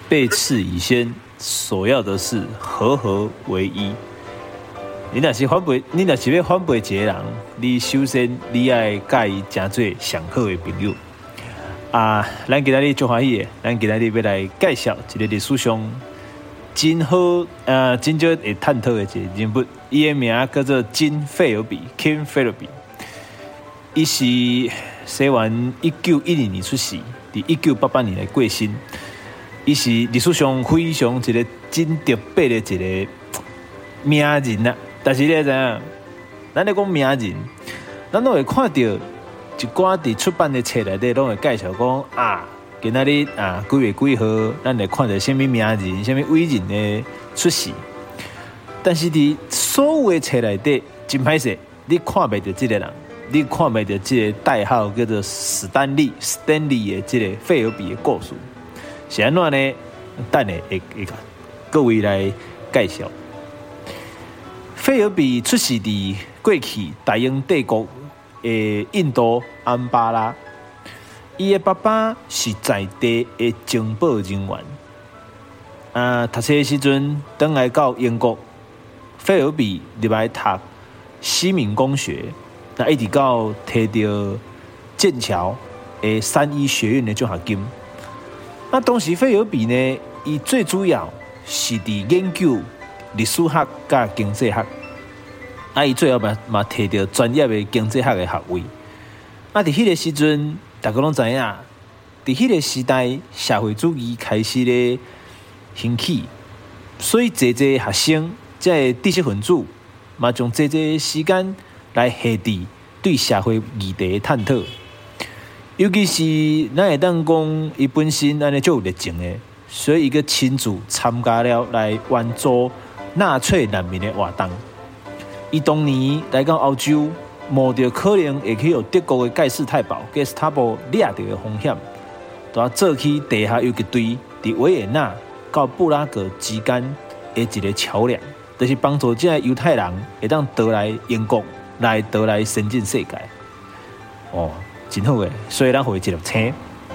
背刺以先，所要的是和合为一。你若是要反背一个人，你首先你要甲伊诚做上好的朋友。咱今日足欢喜的，咱今日要来介绍一个历史上真好真少会探讨的一个人物，伊的名叫做金费尔比 （King Philby）。伊是西元1912年出世，伫1988年来过身。伊是历史上非常一个真特别的一个名人啊！但是你知影，咱咧讲名人，咱都会看到一寡伫出版的册内底，拢会介绍讲今仔日几月几号，咱会看到什么名人、什么伟人的出世。但是伫所有的册内底，真歹势，你看袂到这个人，你看袂到这个代号叫做史丹利的这个费尔比的故事。是安怎呢？等下会各位来介绍。费尔比出世伫过去大英帝国的印度安巴拉，伊的爸爸是在地的情报人员。读册的时阵，转来到英国，费尔比入来读西敏公学，一直到摕到剑桥的3一学院的奖学金。当时费尔比呢，伊最主要是伫研究历史学甲经济学。伊最后嘛摕到专业的经济学的学位。伫迄个时阵，大家拢知影，伫迄个时代，社会主义开始咧兴起，所以侪学生，即个知识分子，嘛将侪时间来下伫对社会议题的探讨。尤其是咱会当讲，伊本身安尼就有热情的，所以伊个亲自参加了来援助纳粹难民的活动。伊当年来到欧洲，冒着可能会去由德国的盖世太保给斯塔波掠到的风险，就做起地下游击队，伫维也纳到布拉格之间的一个桥梁，就是帮助这犹太人会当倒来英国，倒来先进世界。真好诶，所以咱互伊一粒星。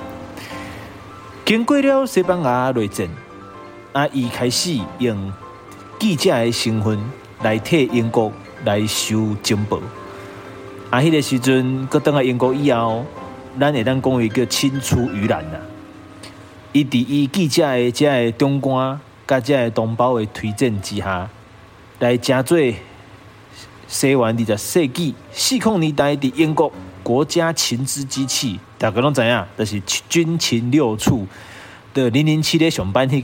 经过了西班牙内战，伊开始用记者的身份来替英国来收情报。迄个时阵，佮倒来英国以后，咱会当讲伊叫青出于蓝啦。伊伫伊记者的这个中官甲这个同胞的推荐之下，来诚做西元20世纪40年代伫英国国家情资机器，大家拢知影，就是军情六处的007咧上班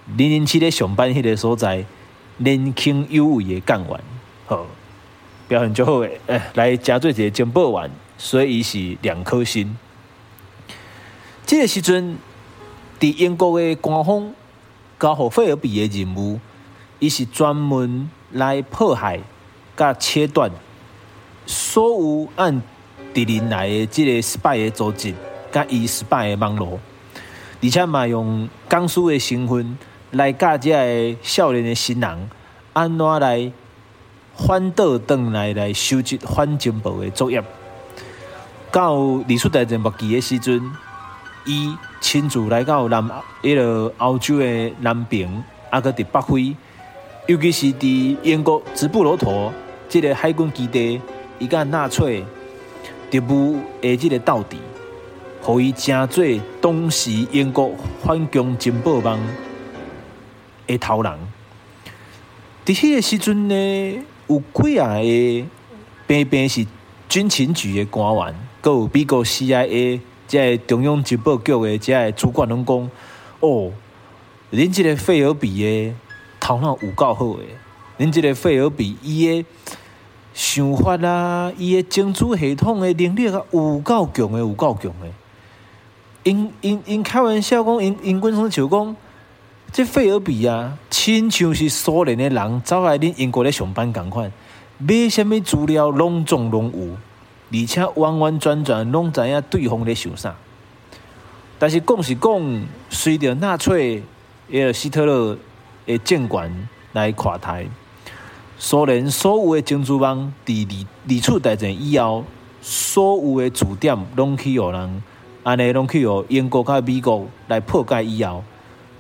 007咧上班迄个所在，年轻有为的干员，好表现就好诶，来诚做一个情报员，所以伊是2颗星。这个时阵，伫英国的官方交予费尔比的任务，伊是专门来迫害甲切断所有按敌人来的这个spy的组织，甲伊spy的网络，而且嘛用讲师的身份来教这个少年的新人安怎来反倒转来收集反情报的作业。到历史大战末期的时阵，伊亲自来到欧洲的南平，搁伫北非，尤其是伫英国直布罗陀这个海军基地，伊甲纳粹特务的这个斗阵，互伊诚做当时英国反共情报网的头人。伫迄个时阵呢，有几个偏偏是军情局的官员，佮有美国 CIA 这中央情报局的这主管拢讲，恁这个费尔比的头脑有够好的，恁这个费尔比伊的想法啊，伊的政治系统的能力啊，有够强的。因开玩笑讲，因本身就讲，这费尔比啊，亲像是苏联的人走来恁英国咧上班同款，买什么资料拢总拢有，而且完完全全拢知影对方咧想啥。但是讲是讲，随着纳粹希特勒的政权来垮台。苏联所有的政治网伫二次大战以后，所有的据点拢去互人，安尼拢去互英国甲美国来破解以后，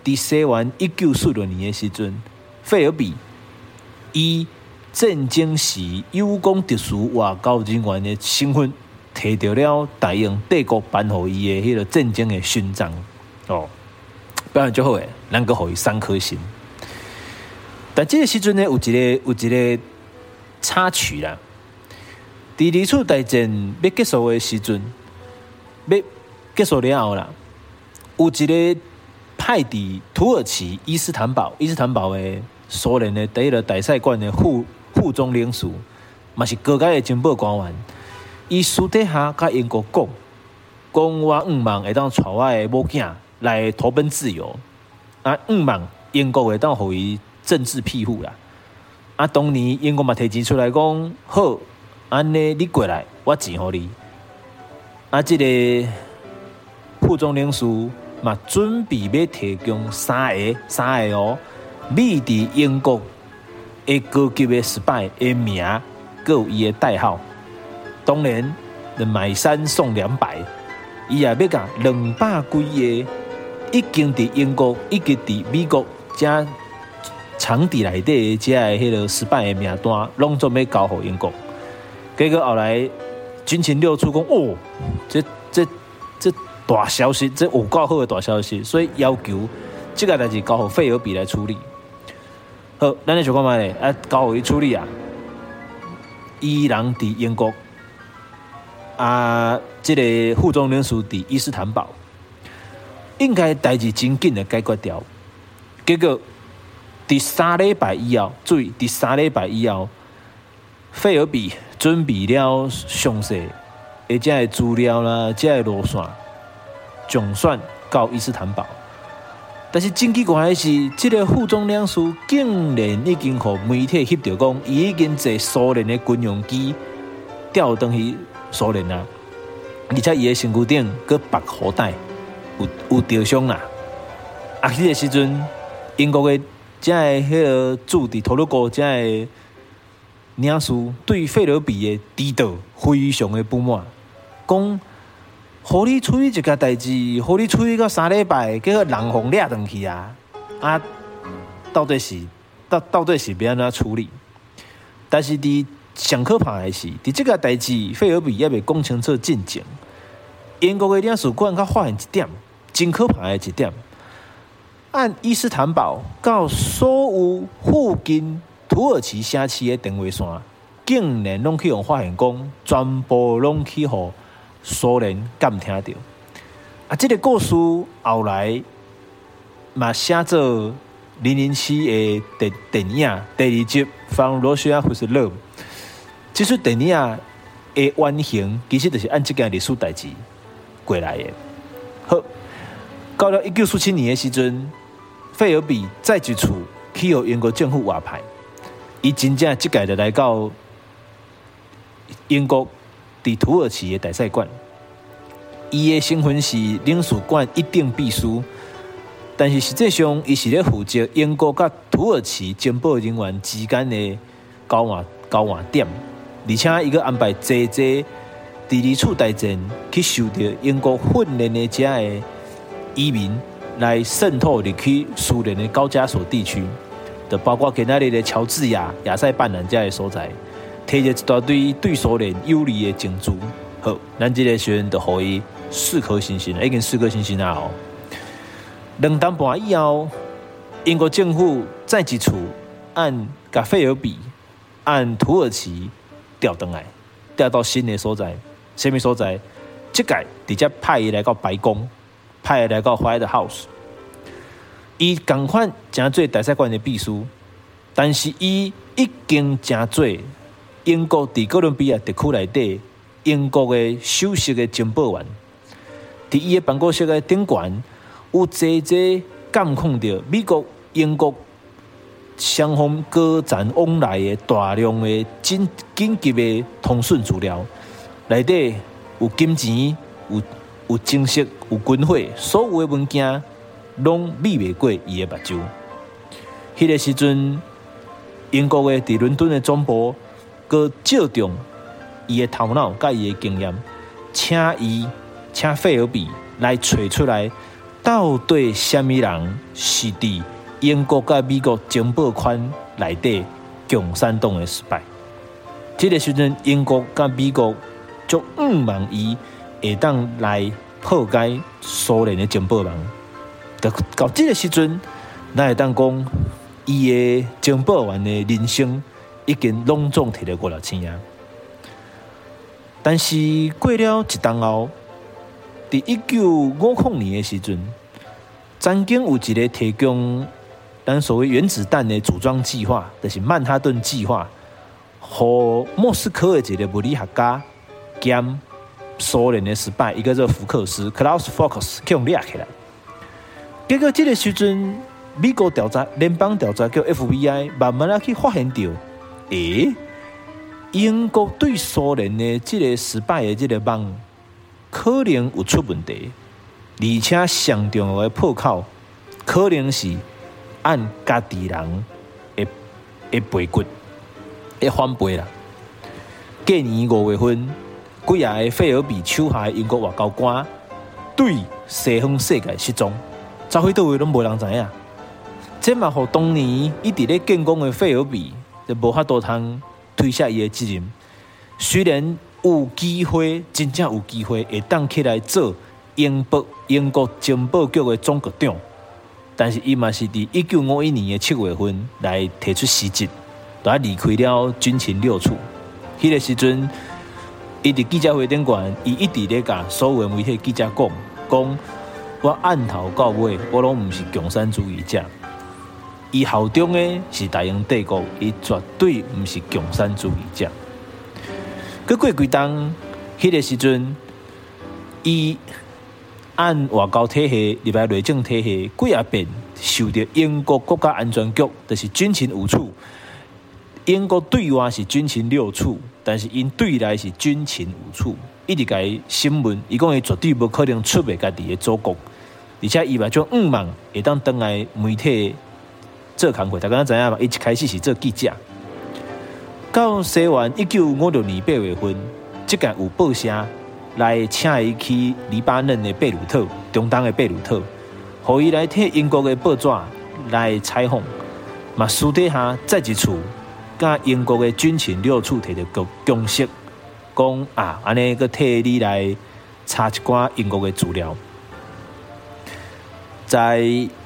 伫西元1946年的时阵，费尔比以战争时有功特殊外交人员的身份，摕到了大英帝国颁予伊的迄个战争的勋章。哦，表现最好诶，咱阁予伊3颗星。但这个时阵呢，有一个插曲啦。第二次大战要结束的时阵，要结束了后啦，有一个派伫土耳其伊斯坦堡的苏联的第一个大使馆的副总领事，嘛是高阶的情报官员，伊私底下甲英国讲我望会当带我的某囝来投奔自由，望英国会当予伊政治庇护啦。当年英国嘛提钱出来讲好，安尼你过来，我钱予你。这个副总领事嘛准备要提供3个哦，美伫英国的高级的spy的名，佮有伊的代号。当然，买3送200，伊也要甲200几个已经伫英国、已经伫美国遮场地内底的遮的迄个spy的名单，拢总要交予英国。结果后来军情六处讲，这大消息，这有够好的大消息，所以要求这个代志交予费尔比来处理。好，咱来想看卖咧，交予伊处理啊。伊人伫英国，这个副总领事伫伊斯坦堡，应该代志真紧的解决掉。结果第3礼拜以后，注意第3礼拜以后，费尔比准备了详细的这的资料啦，这的路线，总算到伊斯坦堡。但是真奇怪的是，这个副总领事竟然已经和媒体翕到讲，伊已经坐苏联的军用机调回去苏联啦，而且伊的身躯顶佮绑护带，有吊伤啦。迄个时阵，英国的这的迄个驻伫托鲁哥这的领事对费尔比的指导非常的不满，讲。互你处理一件代志，互你处理到3礼拜，结果人互掠回去啊！到底是要安怎处理？但是伫上可怕的是，伫这个代志，费尔比也未讲清楚进程。英国的领事馆佮发现一点，真可怕的一点，按伊斯坦堡到所有附近土耳其城市的电话线，竟然拢去互发现讲，全部拢去互苏联监听到。这个故事后来嘛写做007的电影第2集《From Russia with Love》。这出电影的原型其实就是按这件历史代志过来的。好，到了1947年的时阵，费尔比再一次去予英国政府外派，伊真正这届就来到英国。伫土耳其的大使馆，伊的身份是领事馆一定秘书，但是实际上伊是咧负责英国甲土耳其情报人员之间的交换点，而且伊个安排济第2次大战去受到英国训练的遮的移民来渗透入去苏联的高加索地区，就包括今仔日的乔治亚、亚塞拜然遮的所在。摕着一大堆对苏联有利的证据，好，咱这个学员就予伊4颗星星，已经4颗星星啊！哦，2年半以后，英国政府再一次按甲费尔比按土耳其调回来，调到新的所在，什么所在？这届直接派伊来到白宫，派伊来到 White House。伊同款真做大使馆的秘书，但是伊已经真做。英国伫哥伦比亚特区内底，英国的首席的情报员，伫伊的办公室的顶悬有济监控着美国、英国双方高层往来的大量的紧急的通讯资料，内底有金钱、有证实、有军火，所有的文件拢避袂过伊的目睭。迄个时阵，英国的伫伦敦的总部。佮照重伊的头脑甲伊的经验，请费尔比来找出来到底什么人是伫英国甲美国情报圈内底共产党的失败？这个时阵，英国甲美国就望伊会当来破解苏联的情报网。到这个时阵，咱会当讲，伊的情报员的人生已经隆重摕了5-6千啊。但是过了一冬后，伫1950年的时阵，曾经有一个提供咱所谓原子弹的组装计划，就是曼哈顿计划，和莫斯科的一个物理学家兼苏联的失败，一个叫福克斯 （Klaus Focus） 去用掠起来。结果这个时阵，美国联邦调查局 FBI 慢慢啊去发现到，英国对苏联的这个失败的这个梦，可能有出问题，而且上重要的破口，可能是按家己人的背骨的反背啦。过年5月份，几下个费尔比手下的英国外交官对西方世界失踪，走去倒位拢无人知影。这嘛，互当年一直咧建功的费尔比就无法度通推卸伊的责任。虽然有机会，真正有机会会当起来做英国情报局的总局长，但是伊嘛是伫1951年的7月份来提出辞职，就离开了军情六处。迄个时阵，伊伫记者会顶悬，伊一直咧甲所有的媒体记者讲，我按头到尾，我拢毋是共产主义者。伊效忠的是大英帝国，伊绝对毋是共产主义者。过几冬，迄个时阵，伊按外交体系入来内政体系，几啊遍受到英国国家安全局，就是军情5处。英国对外是军情6处，但是因对内是军情5处，一直甲伊审问，伊讲伊绝对无可能出卖家己的祖国，而且伊嘛种望会当倒来媒体做工作。大家知影嘛？伊一开始是做记者，到西元1956年8月份，即间有报社来请伊去黎巴嫩的贝鲁特，中东的贝鲁特，互伊来替英国的报纸来采访，嘛私底下再一次甲英国的军情6处摕到共识，讲安尼个替你来查一寡英国的资料。在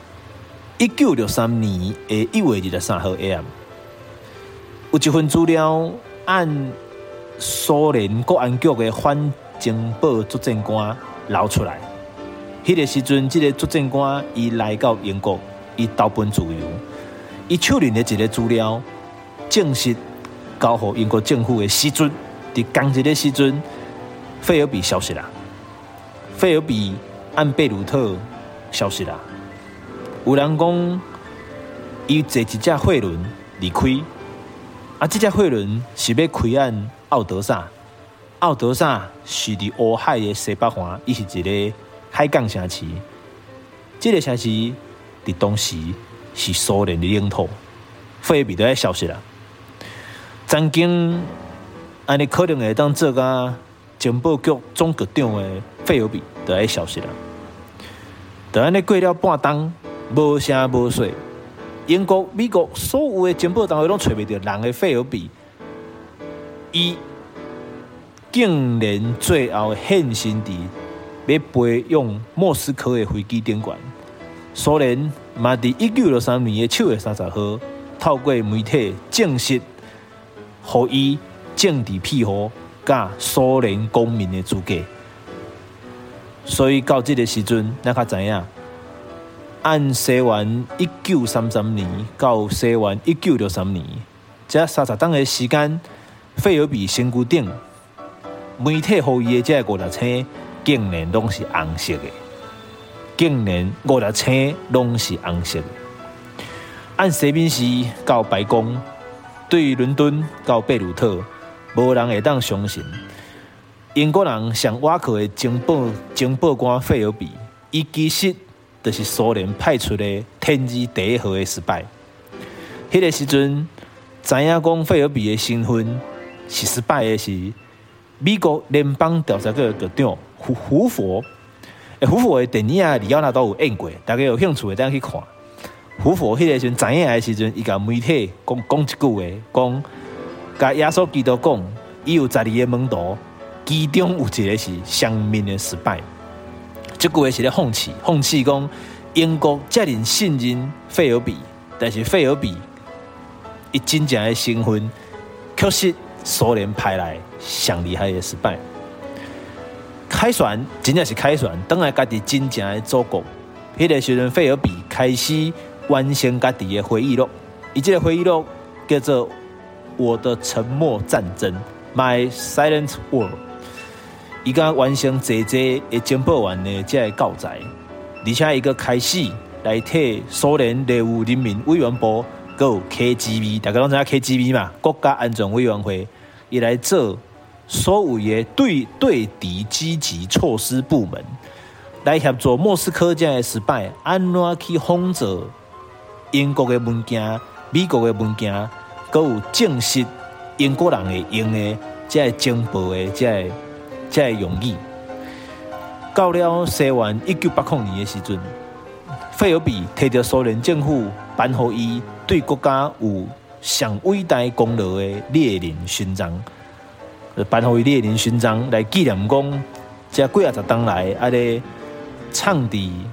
1963年的1月23号 AM， 有一份资料按苏联国安局的反情报作战官流出来。迄个时阵，这个作战官伊来到英国，伊投奔自由，伊手里的一个资料正式交予英国政府的时阵，伫同一个时阵，费尔比消失啦。费尔比按贝鲁特消失啦。有人讲，伊坐一只货轮离开，这只货轮是要开往奥德萨。奥德萨是伫乌海的西北环，伊是一个海港城市。这个城市伫当时是苏联的领土，费尔比都要消失啦。曾经安尼可能会当做甲情报局总局长的费尔比就要消失啦。就安尼过了半冬，无声无息，英国、美国所有的情报单位拢找袂到人的费尔比，伊竟然最后现身伫要飞往莫斯科的飞机顶悬。苏联嘛伫1963年7月30号，透过媒体正式予伊政治庇护甲苏联公民的资格。所以到这个时阵，咱较知影，按西元1933年到西元1963年，这30档的时间，费尔比身躯顶媒体予伊的这5-6星，竟然拢是红色的，竟然5-6星拢是红色的。按西敏寺到白宫，对伦敦到贝鲁特，无人会当相信，英国人上瓦克的情报官费尔比，伊其实就是苏联派出的天之第一号的失败。迄个时阵，知影讲费尔比的身份是失败的是美国联邦调查局局长胡佛， 胡佛的电影里奥纳多有演过，大家有兴趣的等去看。胡佛迄个时阵知影的时阵，伊甲媒体讲一句话，讲甲耶稣基督讲，伊有12个门徒，其中有一个是上面的失败。这句话是咧讽刺讲英国遮尔信任费尔比，但是费尔比伊真正的身份，确实苏联派来上厉害的失败。凯旋真正是凯旋，返来家己真正的祖国。迄个时阵，费尔比开始完成家己的回忆录，伊这个回忆录叫做《我的沉默战争》（My Silent War）。伊甲完成济的情报员的这个教材，而且伊个开始来替苏联内务人民委员部，还有 KGB， 大家拢知影 KGB 嘛，国家安全委员会，伊来做所有的对敌积极措施部门，来协助莫斯科这个失败，安怎去封锁英国的物件、美国的物件，还有证实英国人会用的这个情报的这个用语。到了西元1980年的时阵，费尔比摕到苏联政府颁予伊对国家有上伟大功劳的列宁勋章，颁予伊列宁勋章来纪念讲，这几啊十年来咧倡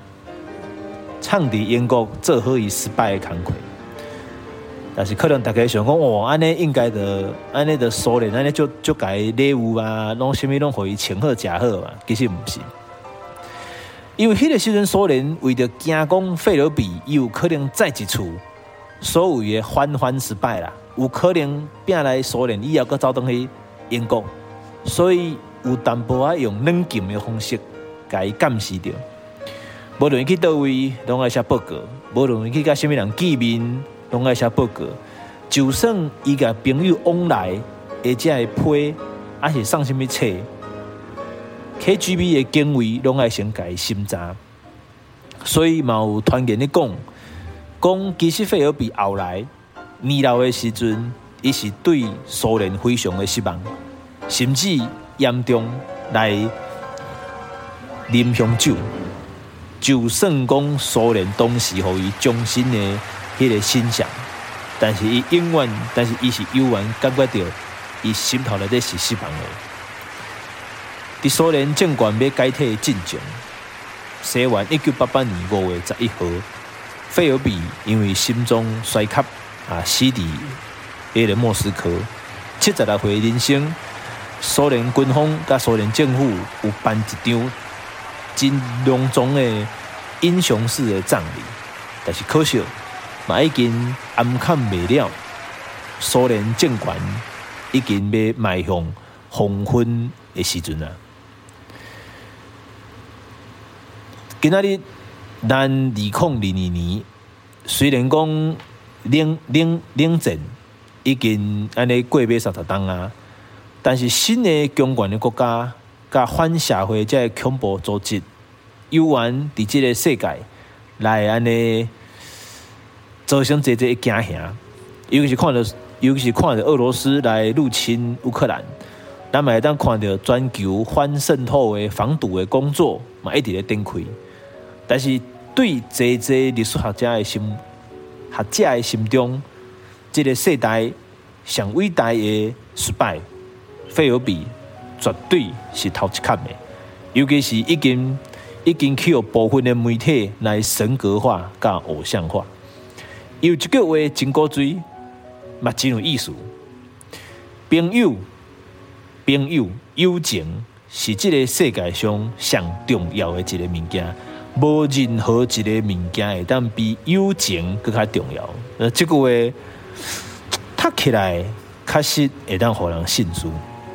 伫英国做好伊失败的工课。但是可能大家想讲，安尼应该安尼的苏联安尼就该礼物啊，拢什么拢互伊穿好食好嘛，其实毋是。因为迄个时阵苏联为着惊讲费尔比有可能再一次所谓的反失败啦，有可能拼来苏联以后搁走倒去英国，所以有淡薄仔用软禁的方式甲伊监视着。无论去倒位，拢爱写报告；无论去甲什么人见面，拢爱写报告。就算伊甲朋友往来，或者会批，还是送什么册 ，KGB 的警卫拢爱先甲伊审查。所以嘛有传言咧讲其实费尔比后来年老的时阵，伊是对苏联非常的失望，甚至严重来啉香酒。就算讲苏联当时予伊终身的迄个欣赏，但是伊是永远感觉到伊心头内底是失望的。伫苏联政权要解体进程，西元1988年5月11号，费尔比因为心脏衰竭死伫迄个莫斯科。76岁人生，苏联军方甲苏联政府有办一场真隆重的英雄式的葬礼，但是可惜嘛已经暗砍未了，苏联政权已经要迈向黄昏的时阵啊。今仔日咱2022年，虽然讲冷战已经安尼过尾30年啊，但是新的强权的国家甲反社会这个恐怖组织，有缘伫这个世界来安尼造成这惊吓，尤其是看到俄罗斯来入侵乌克兰，咱嘛会当看到全球反渗透的防堵的工作嘛一直咧展开。但是对这历史学者的心中，这个世代上伟大的失败，费尔比绝对是头一坎的，尤其是已经去有部分的媒体来神格化甲偶像化。有一句话真古锥，嘛真有意思。朋友，友情是这个世界上上重要的一个物件，无任何一个物件会当比友情更加重要。这句话读起来确实会当互人信服。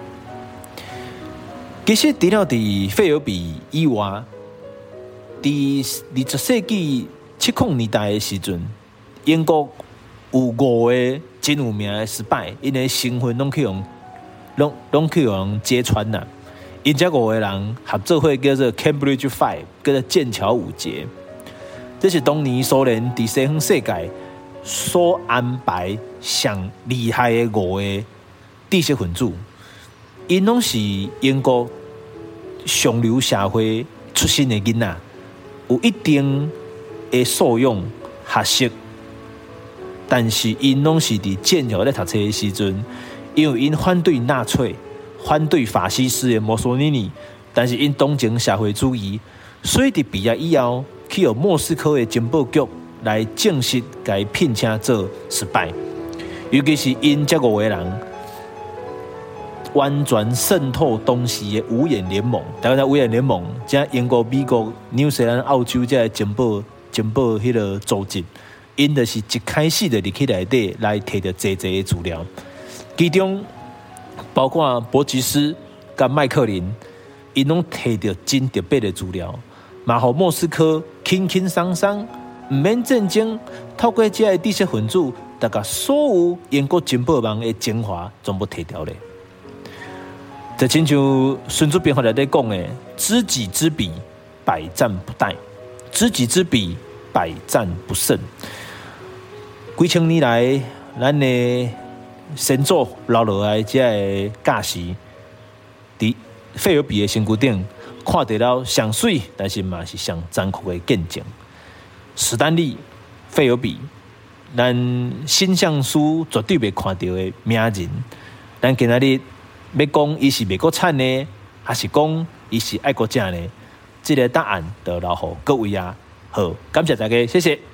其实除了伫费尔比以外，伫20世纪70年代的时阵，英国有5个真有名的失败，因的身份拢去用揭穿啦。因这5个人合作会叫做 Cambridge Five， 叫做剑桥5杰。这是当年苏联伫西方世界所安排上厉害的5个知识分子。因拢是英国上流社会出出身的囡仔，有一定的素养学识，但是因拢是伫剑桥咧读册的时阵，因为因反对纳粹、反对法西斯的墨索里尼，但是因同情社会主义，所以伫毕业以后，去由莫斯科的情报局来正式甲伊聘请做失败。尤其是因这5个人完全渗透当时的五眼联盟，大家知五眼联盟，即英国、美国、纽西兰、澳洲这情报迄个组织，因就是一开始就入去内底来摕到济的资料，其中包括伯吉斯甲麦克林，因拢摕到真特别的资料，嘛互莫斯科轻轻松松，毋免战争，透过这些知识分子，大家所有英国情报网的精华全部摕掉咧。就亲像《孙子兵法》内底讲的，知己知彼，百战不殆；知己知彼，百战不胜。几千年来，咱的先祖留落来这个教士，伫费尔比的身躯顶看到了上水，但是嘛是上残酷的见证。史丹利、费尔比，咱新相书绝对袂看到的名人，咱今仔日要讲伊是美国产呢，还是讲伊是爱国者呢？这个答案就留给各位啊。好，感谢大家，谢谢。